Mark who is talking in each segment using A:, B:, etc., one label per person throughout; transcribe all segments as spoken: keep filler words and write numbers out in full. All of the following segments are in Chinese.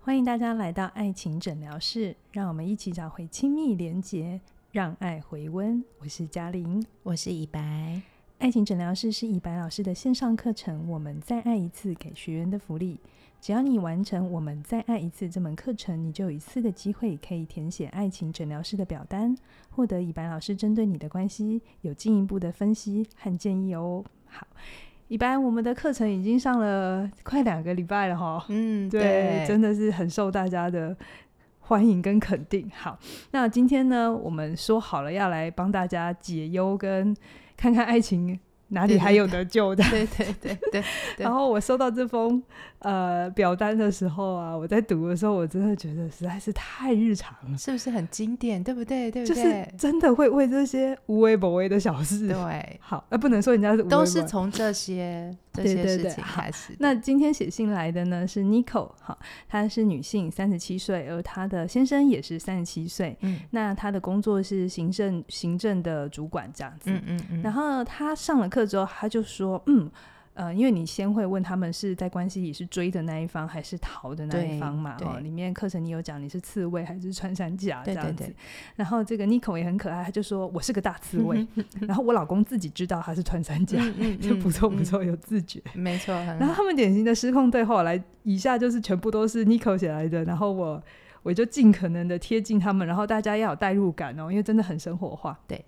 A: 欢迎大家来到爱情诊疗室，让我们一起找回亲密连结，让爱回温。我是嘉玲，
B: 我是以白。
A: 爱情诊疗室是以白老师的线上课程，我们再爱一次给学员的福利。只要你完成我们再爱一次这门课程，你就有一次的机会可以填写爱情诊疗室的表单，获得以白老师针对你的关系有进一步的分析和建议哦。好，以白，我们的课程已经上了快两个礼拜了齁。
B: 嗯，
A: 对，
B: 对，
A: 真的是很受大家的欢迎跟肯定。好，那今天呢，我们说好了要来帮大家解忧，跟看看爱情哪里还有得救的。
B: 对对对对对。
A: 然后我收到这封呃表单的时候啊，我在读的时候，我真的觉得实在是太日常了，
B: 是不是很经典？对不对？对不对？
A: 就是真的会为这些无微不微的小事。
B: 对，
A: 好，呃，不能说人家是无微不微，
B: 都是从这些这些
A: 对对对
B: 事情开始的。
A: 那今天写信来的呢是 Nico， 好，她是女性，三十七岁，而她的先生也是三十七岁。
B: 嗯，
A: 那她的工作是行政行政的主管这样子。
B: 嗯嗯嗯。
A: 然后她上了课之后，她就说，嗯。呃，因为你先会问他们是在关系里是追的那一方还是逃的那一方嘛，哦，里面课程你有讲你是刺猬还是穿山甲这样子。
B: 对对对。
A: 然后这个 Nico 也很可爱，他就说我是个大刺猬，然后我老公自己知道他是穿山甲，嗯嗯嗯就不错不错，有自觉，
B: 没错。
A: 然后他们典型的失控对话来，以下就是全部都是 Nico 写来的，然后我我就尽可能的贴近他们，然后大家要有代入感哦，因为真的很生活化。
B: 对。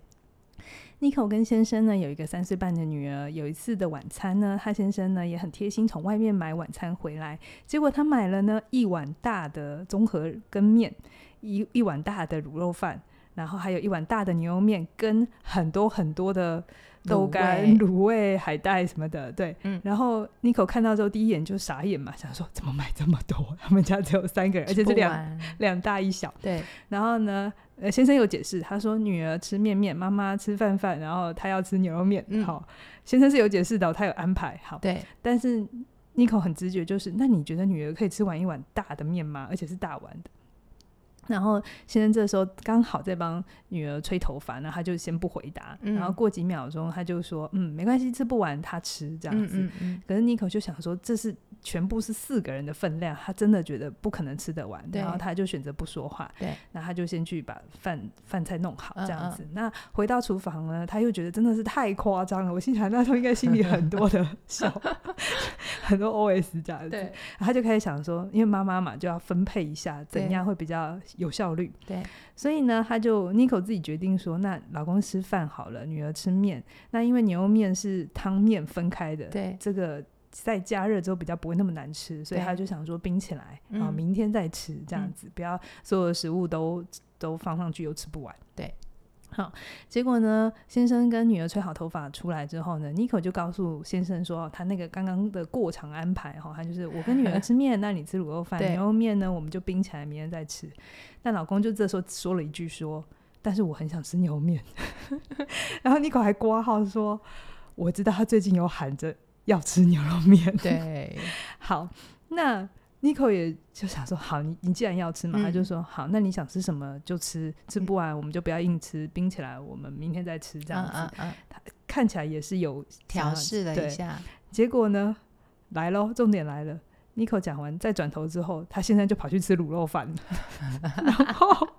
A: Nico 跟先生呢有一个三岁半的女儿，有一次的晚餐呢，他先生呢也很贴心从外面买晚餐回来，结果他买了呢一碗大的综合羹面，一一碗大的卤肉饭，然后还有一碗大的牛肉面，跟很多很多的豆干、卤味、海带什么的。对、嗯，然后 Nico 看到之后第一眼就傻眼嘛，想说怎么买这么多？他们家只有三个人，而且是两两大一小。
B: 对，
A: 然后呢？呃，先生有解释，他说女儿吃面面，妈妈吃饭饭，然后他要吃牛肉面。嗯、好，先生是有解释的，他有安排。好，
B: 对。
A: 但是 Nico 很直觉，就是那你觉得女儿可以吃完一碗大的面吗？而且是大碗的。然后先生这时候刚好在帮女儿吹头发，然后他就先不回答、嗯、然后过几秒钟他就说嗯没关系，吃不完他吃这样子。嗯嗯嗯，可是 Nico 就想说这是全部是四个人的分量，他真的觉得不可能吃得完，然后他就选择不说话。对，然后他就先去把饭饭菜弄好这样子。嗯嗯，那回到厨房呢，他又觉得真的是太夸张了，我心想那时候应该心里很多的笑很多 O S 这样子。对，然后他就开始想说因为妈妈嘛就要分配一下怎样会比较有效率。对，所以呢他就 Nico 自己决定说那老公吃饭好了，女儿吃面。那因为牛肉面是汤面分开的，对，这个在加热之后比较不会那么难吃，所以他就想说冰起来、嗯啊、明天再吃这样子、嗯、不要所有的食物都都放上去又吃不完。对，好，结果呢先生跟女儿吹好头发出来之后呢 Nico 就告诉先生说他那个刚刚的过场安排，他就是我跟女儿吃面那你吃卤肉饭牛肉面呢我们就冰起来明天再吃。但老公就这时候说了一句说但是我很想吃牛肉面然后 Nico 还括号说我知道他最近有喊着要吃牛肉面。对，好，那 Nico 也就想说好 你, 你既然要吃嘛、嗯、他就说好那你想吃什么就吃，吃不完我们就不要硬吃，冰起来我们明天再吃这样子。嗯嗯嗯，他看起来也是有
B: 调试了一下。
A: 结果呢来咯，重点来了， Nico 讲完再转头之后他现在就跑去吃卤肉饭然后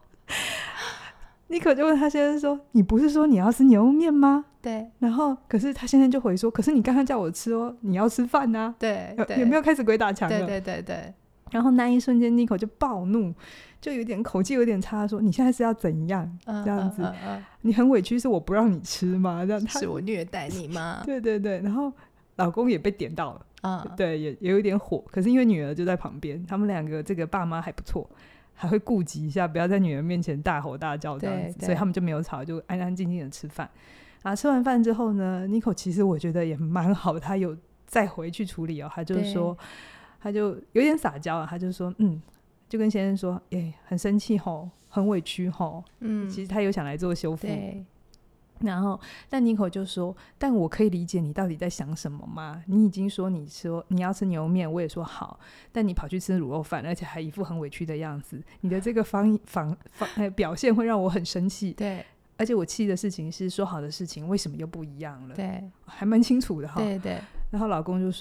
A: Nico 就问他先生说你不是说你要吃牛肉面吗？对，然后可是他先生就回说可是你刚刚叫我吃哦，你要吃饭啊。对，有, 有没有开始鬼打墙了？对对对对。然后那一瞬间 Nico 就暴怒，就有点口气有点差，说你现在是要怎样、嗯、这样子、嗯嗯嗯、你很委屈是我不让你吃吗？这样
B: 是我虐待你吗？
A: 对对对，然后老公也被点到了、嗯、对， 也, 也有一点火，可是因为女儿就在旁边，他们两个这个爸妈还不错，还会顾及一下不要在女儿面前大吼大叫这样子，所以他们就没有吵，就安安静静的吃饭。啊，吃完饭之后呢 Nico 其实我觉得也蛮好，他有再回去处理哦，他就说他就有点撒娇啊，他就说嗯，就跟先生说欸，很生气吼，很委屈吼，嗯，其实他有想来做修复。对，然后但 Nico 就说但我可以理解你到底在想什么吗？你已经说你说你要吃牛肉面，我也说好，但你跑去吃卤肉饭，而且还一副很委屈的样子，你的这个方方方、呃、表现会让我很生气。对，而且我气的事情是说好的事情为什么又不一样了？对，还蛮清楚的哈。对对。然后老公就说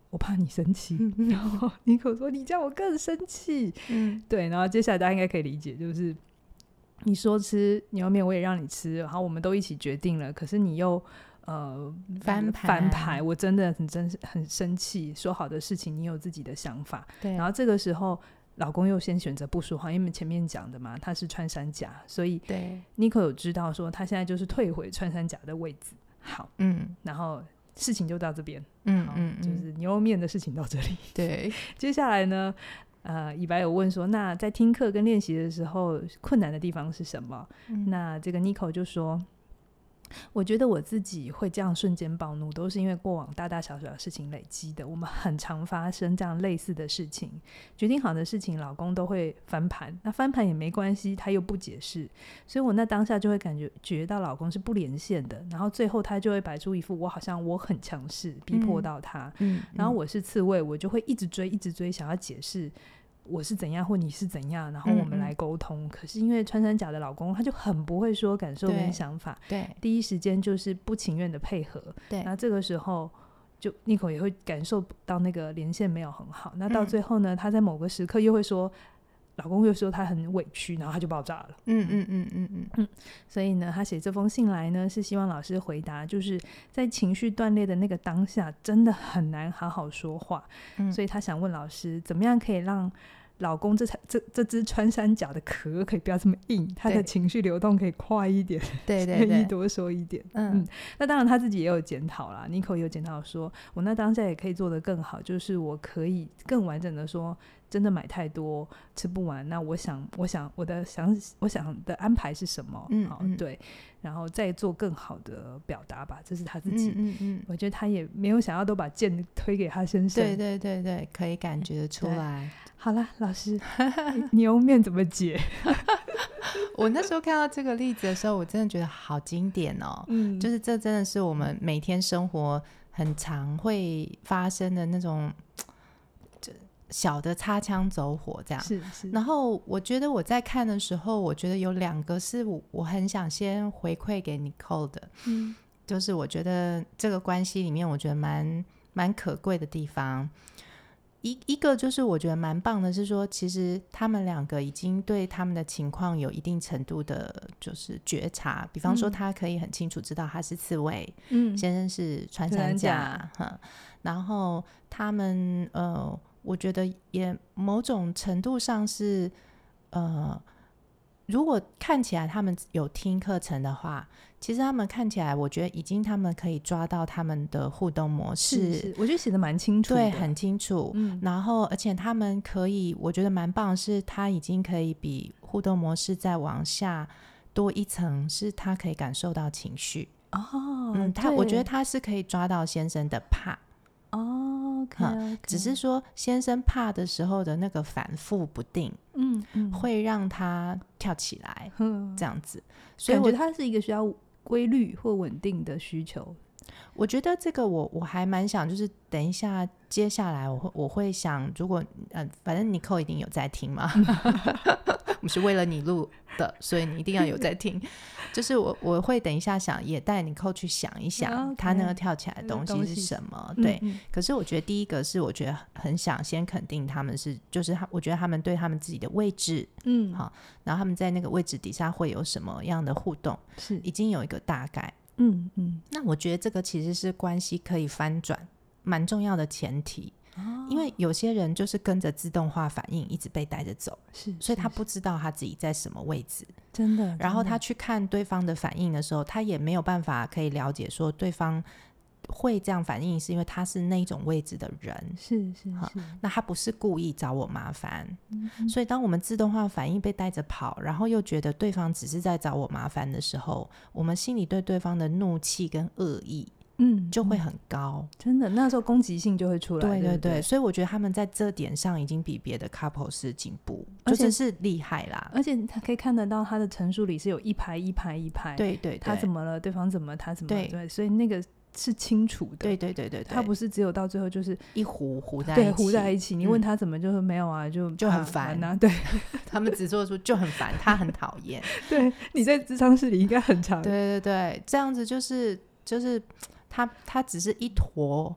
A: 我怕你生气，然后妮可说你叫我更生气，嗯，对，然后接下来大家应该可以理解，就是你说吃牛肉面我也让你吃，然后我们都一起决定了，可是你又呃
B: 翻牌
A: 翻牌，我真的很真很生气，说好的事情你有自己的想法，对，然后这个时候老公又先选择不说话，因为前面讲的嘛，他是穿山甲，所以妮可有知道说他现在就是退回穿山甲的位置，好，嗯，然后事情就到这边，嗯嗯，就是牛肉面的事情到这里。对，接下来呢，呃，以白有问说，那在听课跟练习的时候，困难的地方是什么？嗯、那这个 Nico 就说，我觉得我自己会这样瞬间暴怒，都是因为过往大大小小的事情累积的。我们很常发生这样类似的事情，决定好的事情，老公都会翻盘。那翻盘也没关系，他又不解释，所以我那当下就会感觉觉到老公是不连线的。然后最后他就会摆出一副我好像我很强势，逼迫到他。嗯嗯、然后我是刺猬，我就会一直追，一直追，想要解释。我是怎样或你是怎样，然后我们来沟通、嗯嗯、可是因为穿山甲的老公他就很不会说感受跟想法，对，第一时间就是不情愿的配合，对，那这个时候就 Nico 也会感受到那个连线没有很好，那到最后呢、嗯、他在某个时刻又会说老公又说他很委屈，然后他就爆炸了。嗯嗯嗯嗯嗯嗯。所以呢，他写这封信来呢，是希望老师回答，就是在情绪断裂的那个当下，真的很难好好说话。嗯、所以他想问老师，怎么样可以让老公这这这只穿山甲的壳可以不要这么硬，他的情绪流动可以快一点，对对对，愿意多说一点。嗯, 嗯，那当然他自己也有检讨啦 ，Nico 也有检讨说，我那当下也可以做得更好，就是我可以更完整的说。真的买太多吃不完，那我想我想我的想我想的安排是什么？嗯，好，对，然后再做更好的表达吧，这是他自己。嗯 嗯, 嗯，我觉得他也没有想要都把剑推给他先生。
B: 对对对对，可以感觉得出来。
A: 好啦，老师，牛面怎么解？
B: 我那时候看到这个例子的时候，我真的觉得好经典哦。嗯，就是这真的是我们每天生活很常会发生的那种。小的擦枪走火这样，是是。然后我觉得我在看的时候，我觉得有两个是 我, 我很想先回馈给 Nicole 的，嗯，就是我觉得这个关系里面，我觉得蛮蛮可贵的地方。一一个就是我觉得蛮棒的，是说其实他们两个已经对他们的情况有一定程度的，就是觉察。比方说，他可以很清楚知道他是刺猬，嗯，先生是穿山甲，嗯，然后他们呃。我觉得也某种程度上是呃，如果看起来他们有听课程的话，其实他们看起来我觉得已经他们可以抓到他们的互动模式，
A: 是是我觉得写得蛮清楚的，
B: 对，很清楚、嗯、然后而且他们可以我觉得蛮棒的是他已经可以比互动模式再往下多一层，是他可以感受到情绪哦、嗯、他我觉得他是可以抓到先生的怕
A: 哦、okay, okay.
B: 只是说先生怕的时候的那个反复不定，嗯嗯，会让他跳起来，嗯，这样子，
A: 所以我觉得他是一个需要规律或稳定的需求。
B: 我觉得这个我我还蛮想，就是等一下接下来我会我会想，如果呃，反正 Nicole 一定有在听嘛，我们是为了你录的，所以你一定要有在听。就是我我会等一下想也带 Nicole 去想一想，他那个跳起来的东西是什么。对、嗯嗯，可是我觉得第一个是我觉得很想先肯定他们是，就是我觉得他们对他们自己的位置，嗯，好，然后他们在那个位置底下会有什么样的互动，是已经有一个大概。嗯嗯，那我觉得这个其实是关系可以翻转蛮重要的前提、哦、因为有些人就是跟着自动化反应一直被带着走，是，所以他不知道他自己在什么位置，
A: 真的，
B: 然后他去看对方的反应的时候，他也没有办法可以了解说对方会这样反应是因为他是那种位置的人，
A: 是是是，
B: 那他不是故意找我麻烦、嗯、所以当我们自动化反应被带着跑，然后又觉得对方只是在找我麻烦的时候，我们心里对对方的怒气跟恶意嗯，就会很高、嗯、
A: 真的那时候攻击性就会出来，
B: 对对 对,
A: 对, 对，
B: 所以我觉得他们在这点上已经比别的 couple 是进步，就真是厉害啦，
A: 而且他可以看得到他的陈述里是有一排一排一排，
B: 对 对, 对，他
A: 怎么了对方怎么他怎么了， 对, 对，所以那个是清楚的，
B: 对对对 对, 对，
A: 他不是只有到最后就是
B: 一糊糊在一起，
A: 对，糊在一起、嗯、你问他怎么就说没有啊，就
B: 就很烦
A: 啊，对
B: 他们只做出就很烦，他很讨厌
A: 对，你在諮商室里应该很常，
B: 对对对，这样子就是就是他他只是一坨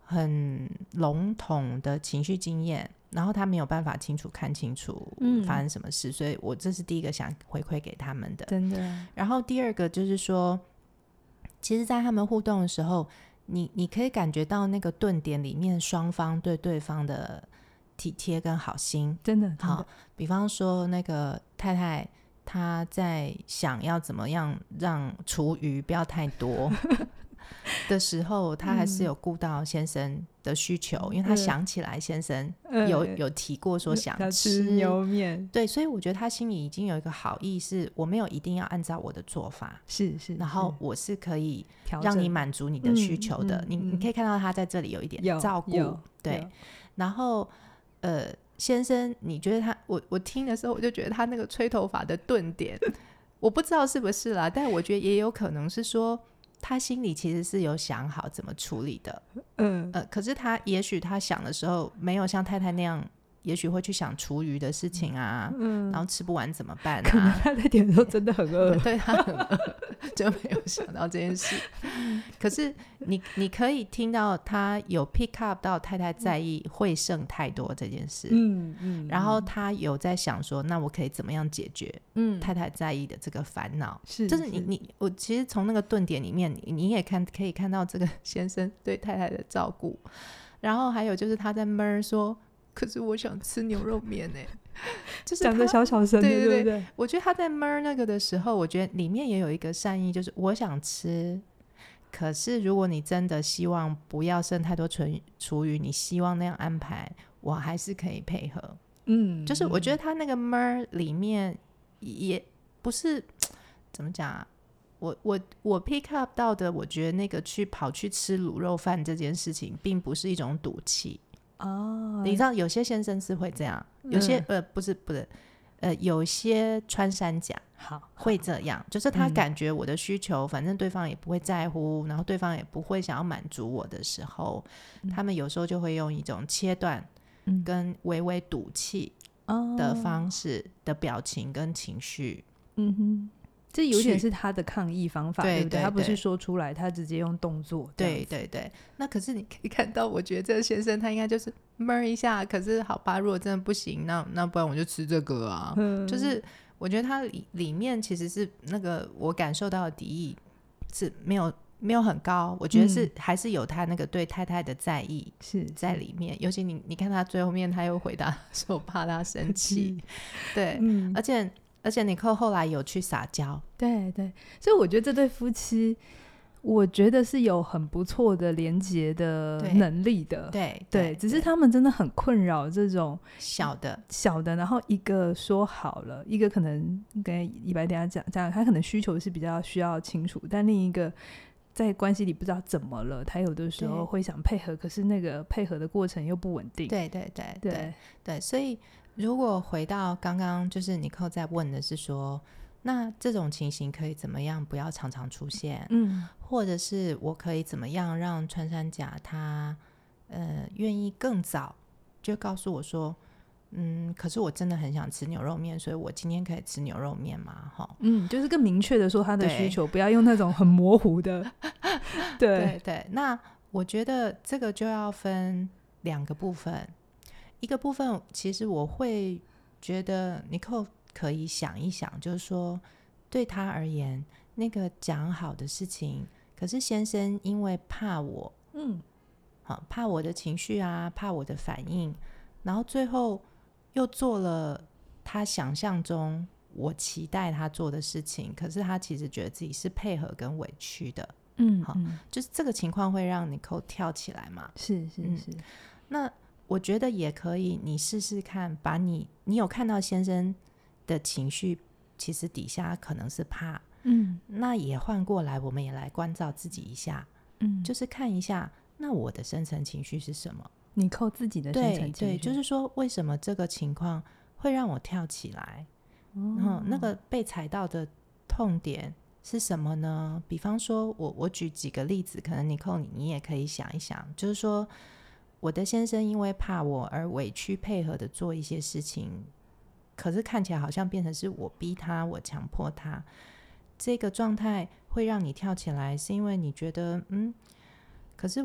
B: 很笼统的情绪经验，然后他没有办法清楚看清楚发生什么事、嗯、所以我这是第一个想回馈给他们的，
A: 真的。
B: 然后第二个就是说，其实在他们互动的时候，你你可以感觉到那个顿点里面双方对对方的体贴跟好心，
A: 真的, 真的
B: 好，比方说那个太太她在想要怎么样让厨余不要太多的时候，她还是有顾到先生的需求、嗯、因为她想起来先生有、嗯、有提过说想吃
A: 牛面，
B: 对，所以我觉得她心里已经有一个好意，是我没有一定要按照我的做法，
A: 是是，
B: 然后我是可以让你满足你的需求的、嗯嗯、你, 你可以看到她在这里有一点照顾，对，然后呃先生你觉得他，我我听的时候我就觉得他那个吹头发的顿点我不知道是不是啦，但我觉得也有可能是说他心里其实是有想好怎么处理的，嗯呃，可是他也许他想的时候没有像太太那样，也许会去想厨余的事情啊、嗯、然后吃不完怎么办啊，
A: 可能他在点的时候真的很饿
B: 对，他很饿就没有想到这件事可是你你可以听到他有 pick up 到太太在意会剩太多这件事，嗯嗯，然后他有在想说那我可以怎么样解决太太在意的这个烦恼，是就是你你我其实从那个顿点里面你你也看可以看到这个先生对太太的照顾，然后还有就是他在闷说可是我想吃牛肉面耶就是
A: 讲的小小声，
B: 对对 对,
A: 对对对，
B: 我觉得他在闷那个的时候，我觉得里面也有一个善意，就是我想吃，可是如果你真的希望不要剩太多厨余，你希望那样安排，我还是可以配合，嗯，就是我觉得他那个闷里面也不是怎么讲啊，我我我 pick up 到的，我觉得那个去跑去吃卤肉饭这件事情并不是一种赌气哦，你知道有些先生是会这样，有些、嗯、呃不是不是呃有些穿山甲好会这样，就是他感觉我的需求、嗯、反正对方也不会在乎，然后对方也不会想要满足我的时候、嗯、他们有时候就会用一种切断跟微微赌气的方式的表情跟情绪，嗯哼，
A: 这有点是他的抗议方法， 对, 对不对？他不是说出来，他直接用动作，
B: 对对对。那可是你可以看到，我觉得这个先生他应该就是闷一下，可是好吧，如果真的不行，那那不然我就吃这个啊、嗯、就是我觉得他 里, 里面其实是那个我感受到的敌意是没有没有很高，我觉得是、嗯、还是有他那个对太太的在意是在里面，尤其你你看他最后面他又回答说怕他生气对、嗯、而且而且尼克后来有去撒娇，
A: 对对，所以我觉得这对夫妻我觉得是有很不错的连结的能力的，
B: 对
A: 对, 对, 对，只是他们真的很困扰这种
B: 小的
A: 小的，然后一个说好了，一个可能跟一般等一下讲讲他可能需求是比较需要清楚，但另一个在关系里不知道怎么了，他有的时候会想配合，可是那个配合的过程又不稳定，
B: 对对对对 对, 对，所以如果回到刚刚就是尼克在问的是说那这种情形可以怎么样不要常常出现，嗯，或者是我可以怎么样让穿山甲他呃愿意更早就告诉我说嗯，可是我真的很想吃牛肉面，所以我今天可以吃牛肉面吗？
A: 嗯，就是更明确的说他的需求，不要用那种很模糊的
B: 对对对，那我觉得这个就要分两个部分，一个部分其实我会觉得尼克可以想一想，就是说对他而言那个讲好的事情，可是先生因为怕我嗯，好，怕我的情绪啊，怕我的反应，然后最后又做了他想象中我期待他做的事情，可是他其实觉得自己是配合跟委屈的，嗯，好，就是这个情况会让尼克跳起来嘛，
A: 是是是、嗯、
B: 那我觉得也可以你试试看，把你你有看到先生的情绪其实底下可能是怕，嗯，那也换过来我们也来关照自己一下，嗯，就是看一下那我的深层情绪是什么，
A: 你扣自己的深层情绪，
B: 对对，就是说为什么这个情况会让我跳起来、哦、然后那个被踩到的痛点是什么呢？比方说我我举几个例子，可能你扣你你也可以想一想，就是说我的先生因为怕我而委屈配合的做一些事情，可是看起来好像变成是我逼他，我强迫他，这个状态会让你跳起来，是因为你觉得嗯，可是 我,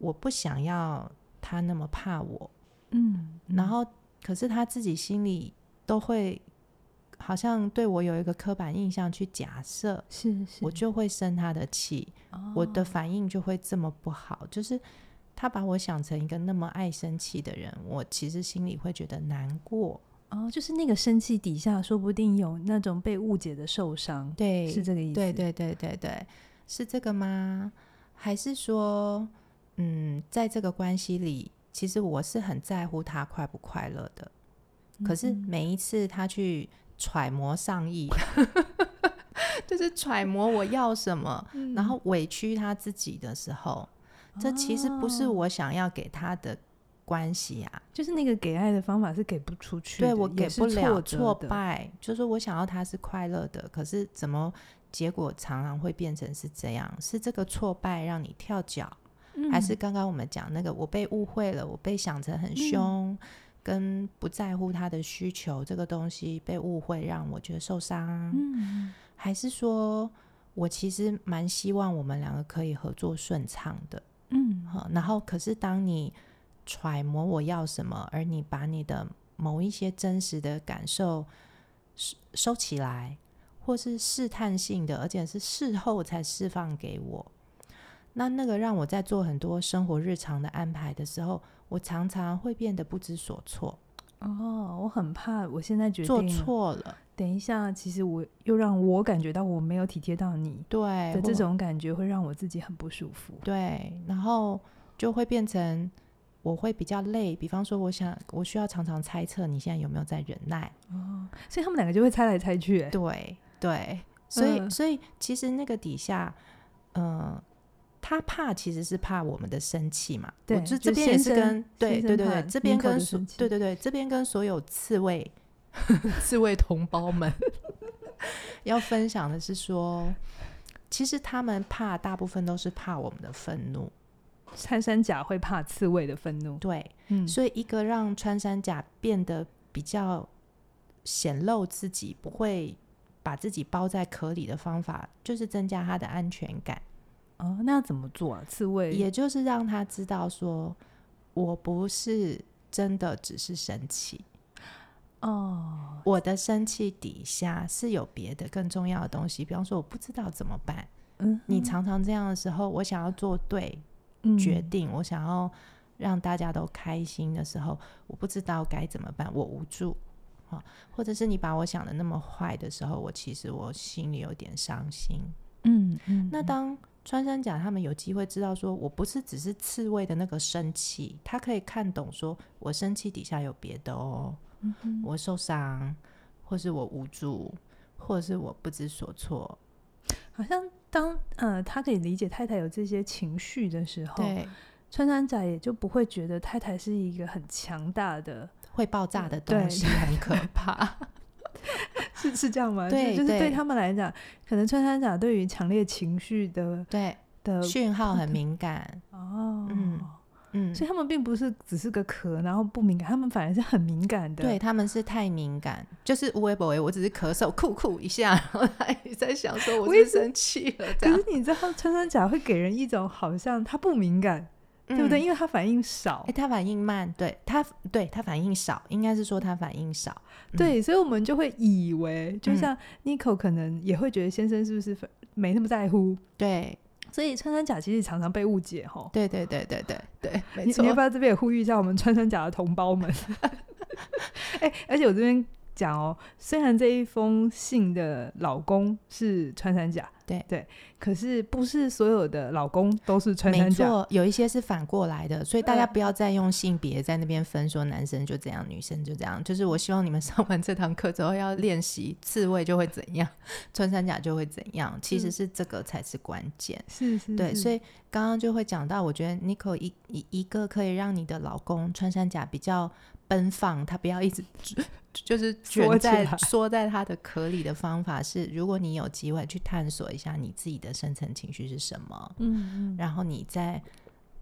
B: 我不想要他那么怕我，
A: 嗯，
B: 然后可是他自己心里都会好像对我有一个刻板印象去假设，
A: 是是，
B: 我就会生他的气、哦、我的反应就会这么不好，就是他把我想成一个那么爱生气的人，我其实心里会觉得难过。
A: 哦，就是那个生气底下说不定有那种被误解的受伤，
B: 对，
A: 是这个意思？
B: 对对对对对，是这个吗？还是说嗯，在这个关系里其实我是很在乎他快不快乐的、嗯、可是每一次他去揣摩上意就是揣摩我要什么、嗯、然后委屈他自己的时候，这其实不是我想要给他的关系啊，
A: 就是那个给爱的方法是给不出去的，
B: 对，我给不了，挫
A: 败，
B: 就是我想要他是快乐的，可是怎么结果常常会变成是这样，是这个挫败让你跳脚、嗯、还是刚刚我们讲那个我被误会了，我被想成很凶、嗯、跟不在乎他的需求这个东西被误会让我觉得受伤、嗯、还是说我其实蛮希望我们两个可以合作顺畅的，嗯，然后可是当你揣摩我要什么，而你把你的某一些真实的感受收起来，或是试探性的，而且是事后才释放给我，那那个让我在做很多生活日常的安排的时候，我常常会变得不知所措。
A: 哦，我很怕我现在决定
B: 做错了，
A: 等一下其实我又让我感觉到我没有体贴到你，
B: 对
A: 的这种感觉会让我自己很不舒服。
B: 对，然后就会变成我会比较累，比方说我想我需要常常猜测你现在有没有在忍耐、
A: 哦、所以他们两个就会猜来猜去。
B: 对对，所以、嗯、所以其实那个底下呃他怕其实是怕我们的生气嘛，
A: 对，
B: 我这边也是跟对对对对，这边跟
A: 对
B: 对对这边跟所有刺猬刺猬同胞们要分享的是说，其实他们怕大部分都是怕我们的愤怒，
A: 穿山甲会怕刺猬的愤怒，
B: 对、嗯、所以一个让穿山甲变得比较显露自己，不会把自己包在壳里的方法，就是增加他的安全感。
A: 哦，那要怎么做啊？刺猬
B: 也就是让他知道说我不是真的只是生气哦，我的生气底下是有别的更重要的东西，比方说我不知道怎么办、嗯、你常常这样的时候，我想要做对决定、嗯、我想要让大家都开心的时候，我不知道该怎么办，我无助、哦、或者是你把我想的那么坏的时候，我其实我心里有点伤心。嗯嗯，那当穿山甲他们有机会知道说我不是只是刺猬的那个生气，他可以看懂说我生气底下有别的哦、嗯、我受伤，或是我无助，或者是我不知所措。
A: 好像当呃他可以理解太太有这些情绪的时候，
B: 对，
A: 穿山甲也就不会觉得太太是一个很强大的
B: 会爆炸的东西，很可怕
A: 是是这样吗？
B: 对，
A: 就是对他们来讲，可能穿山甲对于强烈情绪的
B: 对
A: 的
B: 讯号很敏感
A: 哦，
B: 嗯嗯，
A: 所以他们并不是只是个壳然后不敏感，他们反而是很敏感的。
B: 对，他们是太敏感，就是无微不微，我只是咳嗽酷酷一下，然后他也在想说我是生气了这样。
A: 可是你知道穿山甲会给人一种好像他不敏感、嗯、对不对？因为他反应少、
B: 欸、他反应慢，对他对他反应少，应该是说他反应少、
A: 嗯、对，所以我们就会以为就像 Nico 可能也会觉得先生是不是没那么在乎，
B: 对，
A: 所以穿山甲其实常常被误解。
B: 对对对对对对，没错。
A: 你要不要这边也呼吁一下我们穿山甲的同胞们欸、而且我这边讲哦，虽然这一封信的老公是穿山甲，
B: 对
A: 对，可是不是所有的老公都是穿山甲，
B: 没错，有一些是反过来的，所以大家不要再用性别在那边分说男生就这样女生就这样，就是我希望你们上完这堂课之后要练习刺猬就会怎样，穿山甲就会怎样，其实是这个才是关键。
A: 是是是，
B: 对，所以刚刚就会讲到，我觉得 Nico 一, 一, 一个可以让你的老公穿山甲比较奔放，他不要一直就是卷在缩在他的壳里的方法是，如果你有机会去探索一下你自己的深层情绪是什么，嗯嗯，然后你再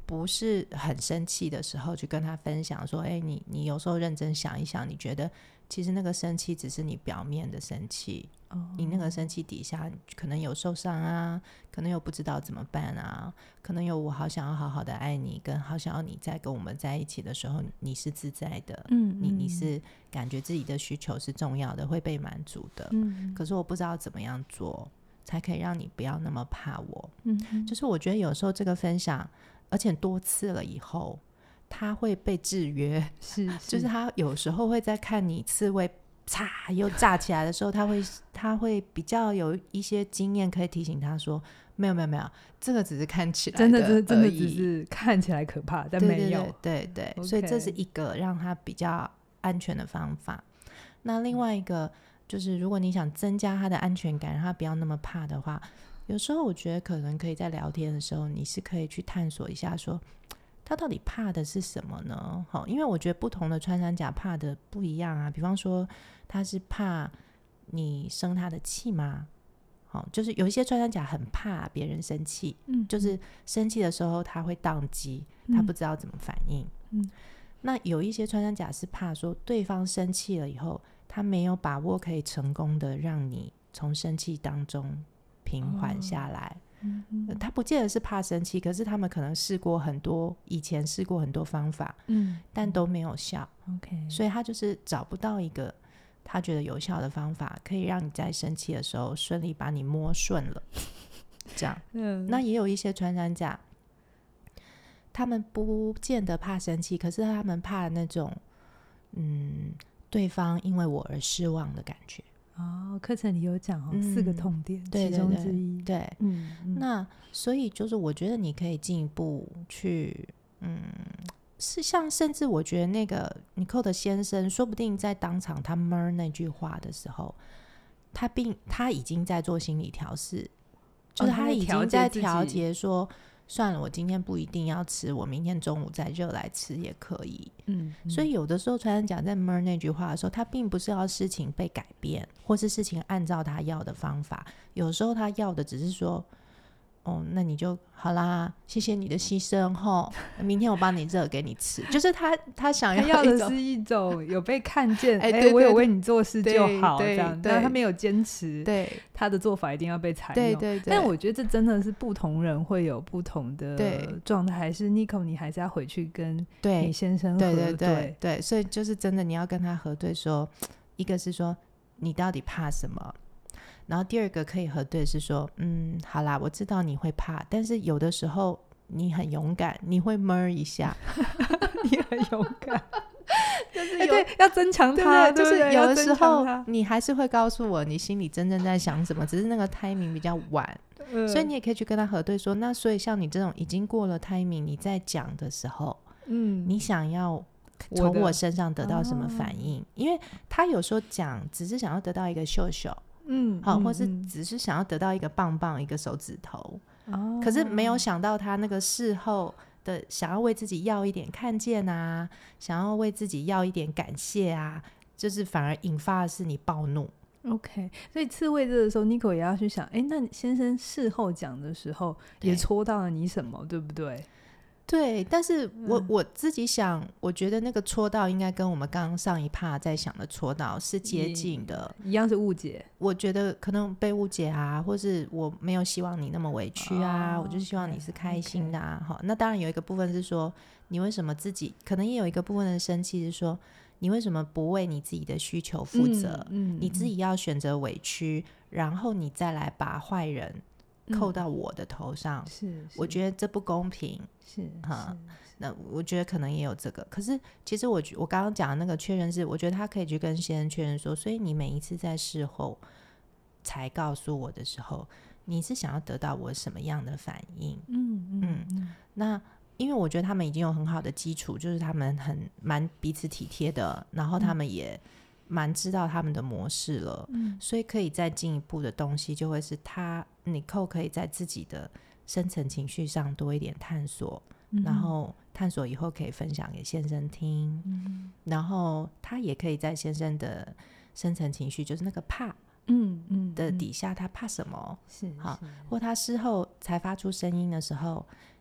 B: 不是很生气的时候去跟他分享说，哎，你你有时候认真想一想，你觉得其实那个生气只是你表面的生气，哦，你那个生气底下可能有受伤啊，可能有不知道怎么办啊，可能有我好想要好好的爱你，跟好想要你在跟我们在一起的时候你是自在的，嗯嗯，你你是感觉自己的需求是重要的，会被满足的，嗯，可是我不知道怎么样做才可以让你不要那么怕我，嗯，就是我觉得有时候这个分享而且多次了以后他会被制约，是, 是就是他有时候会在看你刺猬嚓又炸起来的时候他会他会比较有一些经验可以提醒他说，没有没有没有，这个只是看起来的
A: 真的真的只是看起来可怕但没有，
B: 对对 对, 对、okay. 所以这是一个让他比较安全的方法。那另外一个就是如果你想增加他的安全感，让他不要那么怕的话，有时候我觉得可能可以在聊天的时候你是可以去探索一下说他到底怕的是什么呢？好，因为我觉得不同的穿山甲怕的不一样啊。比方说他是怕你生他的气吗？好，就是有一些穿山甲很怕别人生气，嗯，就是生气的时候他会宕机，他不知道怎么反应，嗯，那有一些穿山甲是怕说对方生气了以后他没有把握可以成功的让你从生气当中平缓下来，哦嗯嗯，他不见得是怕生气，可是他们可能试过很多以前试过很多方法，嗯，但都没有效， OK， 所以他就是找不到一个他觉得有效的方法可以让你在生气的时候顺利把你摸顺了这样，嗯，那也有一些穿山甲他们不见得怕生气，可是他们怕那种嗯，对方因为我而失望的感觉。
A: 哦，课程里有讲哦、嗯，四个痛点
B: 对对对
A: 其中之一，
B: 对，嗯嗯，那所以就是我觉得你可以进一步去，嗯，是像甚至我觉得那个Nicole的先生，说不定在当场他 murmur 那句话的时候，他并他已经在做心理调试，就是他已经在调节说。哦，算了，我今天不一定要吃，我明天中午再热来吃也可以，嗯，嗯，所以有的时候穿山甲在 murmur 那句话的时候，他并不是要事情被改变或是事情按照他要的方法，有时候他要的只是说哦，那你就好啦，谢谢你的牺牲吼，明天我帮你热给你吃，就是他他想要
A: 他要的是一种有被看见，哎、欸欸，我有为你做事就好，这样，但他没有坚持，对他的做法一定要被采用，对对对。但我觉得这真的是不同人会有不同的状态，还是 Nicole 你还是要回去跟你先生核对，对对对
B: 对，所以就是真的你要跟他核对说，一个是说你到底怕什么。然后第二个可以核对是说，嗯，好啦，我知道你会怕，但是有的时候你很勇敢，你会 murmur 一下
A: 你很勇敢就是有、欸、对，要增强他，
B: 对对，就是有的时候你还是会告诉我你心里真正在想什么，只是那个 timing 比较晚、嗯、所以你也可以去跟他核对说，那所以像你这种已经过了 timing， 你在讲的时候，嗯，你想要从我身上得到什么反应、哦、因为他有时候讲只是想要得到一个秀秀，嗯，好，或是只是想要得到一个棒棒一个手指头、哦、可是没有想到他那个事后的想要为自己要一点看见啊，想要为自己要一点感谢啊，就是反而引发的是你暴怒。
A: OK， 所以刺猬这个时候 Nicole 也要去想，哎，那先生事后讲的时候也戳到了你什么， 对, 对不对？
B: 对，但是我、嗯、我自己想，我觉得那个戳到应该跟我们刚刚上一趴在想的戳到是接近的，
A: 一样是误解。
B: 我觉得可能被误解啊，或是我没有希望你那么委屈啊、哦、我就希望你是开心的啊、okay. 好，那当然有一个部分是说你为什么自己，可能也有一个部分的生气是说你为什么不为你自己的需求负责、嗯嗯、你自己要选择委屈，然后你再来把坏人扣到我的头上、嗯、是, 是我觉得这不公平，是, 是, 是那我觉得可能也有这个，可是其实我我刚刚讲的那个确认是我觉得他可以去跟先生确认说，所以你每一次在事后才告诉我的时候，你是想要得到我什么样的反应，嗯 嗯, 嗯那因为我觉得他们已经有很好的基础，就是他们很蛮彼此体贴的，然后他们也蛮知道他们的模式了、嗯、所以可以再进一步的东西就会是他Nicole可以在自己的深层情绪上多一点探索、嗯、然后探索以后可以分享给先生听、嗯、然后他也可以在先生的深层情绪就是那个怕嗯嗯的底下他怕什么，是好，或他事后才发出声音的时候，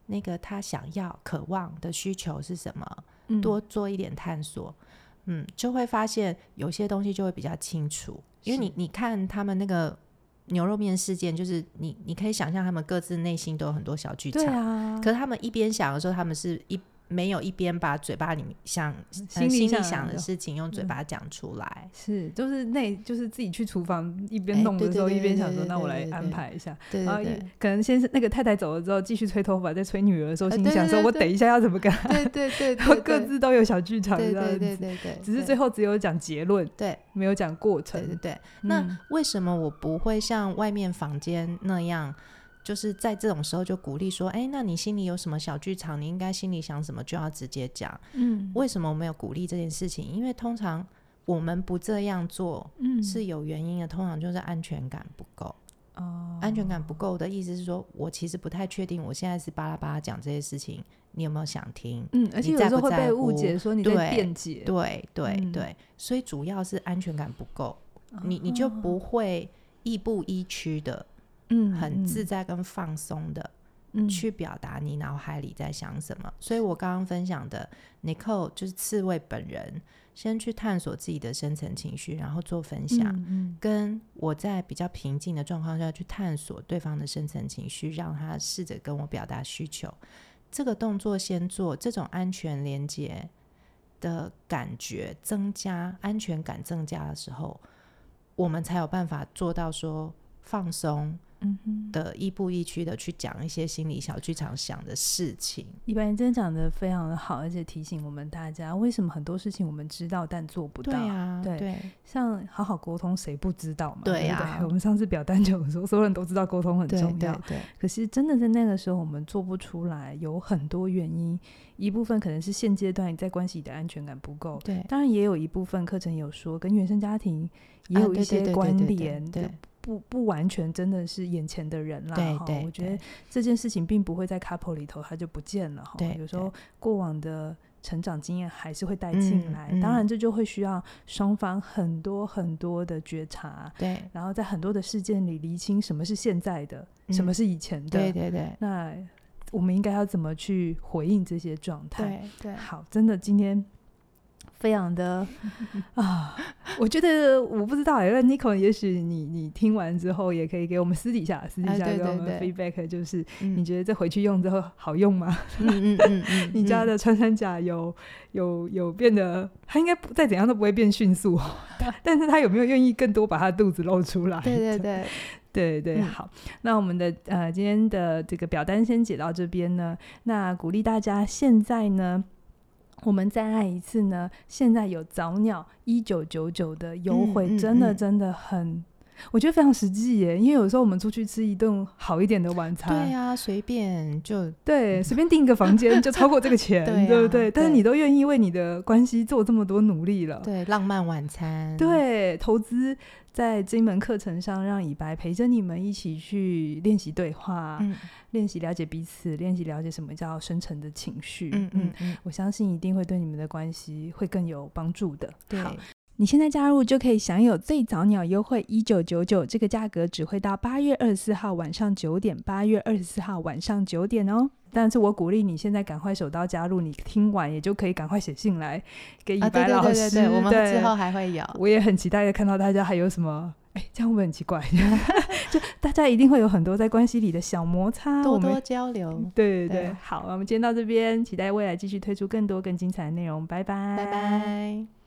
B: 那个他想要渴望的需求是什么、嗯、多做一点探索，嗯，就会发现有些东西就会比较清楚。因为你你看他们那个牛肉面事件，就是你你可以想象他们各自内心都有很多小剧场，
A: 对啊，
B: 可是他们一边想的时候，他们是一没有一边把嘴巴里想
A: 心里 想,、呃、
B: 心里想的事情用嘴巴讲出来、
A: 嗯、是就是那就是自己去厨房一边弄的时候、欸、一边想说那我来安排一下，
B: 对对对对，
A: 然后可能先是那个太太走了之后继续吹头发，在吹女儿的时候心里想说我等一下要怎么跟她，
B: 对对 对, 对, 对, 对, 对, 对,
A: 然后各自都有小剧场，
B: 对对对对对，
A: 只是最后只有讲结论，
B: 对，没
A: 有讲过程，
B: 对对对、嗯、那为什么我不会像外面坊间那样就是在这种时候就鼓励说，哎，那你心里有什么小剧场，你应该心里想什么就要直接讲。嗯，为什么我没有鼓励这件事情？因为通常我们不这样做、嗯、是有原因的，通常就是安全感不够。哦，安全感不够的意思是说，我其实不太确定我现在是巴拉巴拉讲这些事情你有没有想听，
A: 嗯，而且有时候会被误解说你在辩解，
B: 对对 对, 对、嗯、所以主要是安全感不够、哦、你你就不会亦步亦趋的嗯，很自在跟放松的、嗯、去表达你脑海里在想什么、嗯、所以我刚刚分享的 Nicole 就是刺猬本人先去探索自己的深层情绪，然后做分享、嗯嗯、跟我在比较平静的状况下去探索对方的深层情绪，让他试着跟我表达需求，这个动作先做，这种安全连接的感觉增加，安全感增加的时候，我们才有办法做到说放松的亦步亦趋的去讲一些心理小剧场想的事情。一般
A: 真的讲得非常的好，而且提醒我们大家为什么很多事情我们知道但做不到。
B: 对啊， 对,
A: 对，像好好沟通谁不知道嘛，
B: 对啊，
A: 对不对？我们上次表单就有说所有人都知道沟通很重要，
B: 对对对，
A: 可是真的在那个时候我们做不出来，有很多原因，一部分可能是现阶段你在关系里的安全感不够，
B: 对，
A: 当然也有一部分课程有说跟原生家庭也有一些关联，
B: 对对对对对，
A: 不, 不完全真的是眼前的人啦，
B: 对对，
A: 我觉得这件事情并不会在 couple 里头它就不见了，
B: 对，
A: 有时候过往的成长经验还是会带进来、
B: 嗯嗯、
A: 当然这就会需要双方很多很多的觉察，
B: 对，
A: 然后在很多的事件里厘清什么是现在的、嗯、什么是以前的，
B: 对对对，
A: 那我们应该要怎么去回应这些状态，
B: 对对，
A: 好，真的今天非常的啊，我觉得我不知道，因为 Nicole 也许你你听完之后也可以给我们私底下私底下给我们 feedback，、啊、就是你觉得这回去用之后好用吗？嗯嗯嗯嗯你家的穿山甲有有有变得，它应该再怎样都不会变迅速，但是它有没有愿意更多把它的肚子露出来？
B: 对对对
A: 对对，好，那我们的呃今天的这个表单先解到这边呢，那鼓励大家现在呢我们再爱一次呢，现在有早鸟一九九九的优惠、嗯嗯、真的真的很我觉得非常实际耶，因为有时候我们出去吃一顿好一点的晚餐，
B: 对啊，随便就
A: 对随便订一个房间就超过这个钱对、啊、对不对？但是你都愿意为你的关系做这么多努力了，
B: 对，浪漫晚餐，
A: 对，投资在这门课程上，让以白陪着你们一起去练习对话、嗯、练习了解彼此，练习了解什么叫深层的情绪，嗯嗯嗯，我相信一定会对你们的关系会更有帮助的。
B: 对，
A: 好，你现在加入就可以享有最早鸟优惠一九九九，这个价格只会到八月二十四号晚上九点，八月二十四号晚上九点哦。但是我鼓励你现在赶快手刀加入，你听完也就可以赶快写信来给以白老师、啊、对对对对对，
B: 我们之后还会有，
A: 我也很期待的看到大家还有什么，哎，这样会不会很奇怪就大家一定会有很多在关系里的小摩擦，
B: 多多交流，
A: 对对 对, 对，好，我们今天到这边，期待未来继续推出更多更精彩的内容，拜拜
B: 拜拜。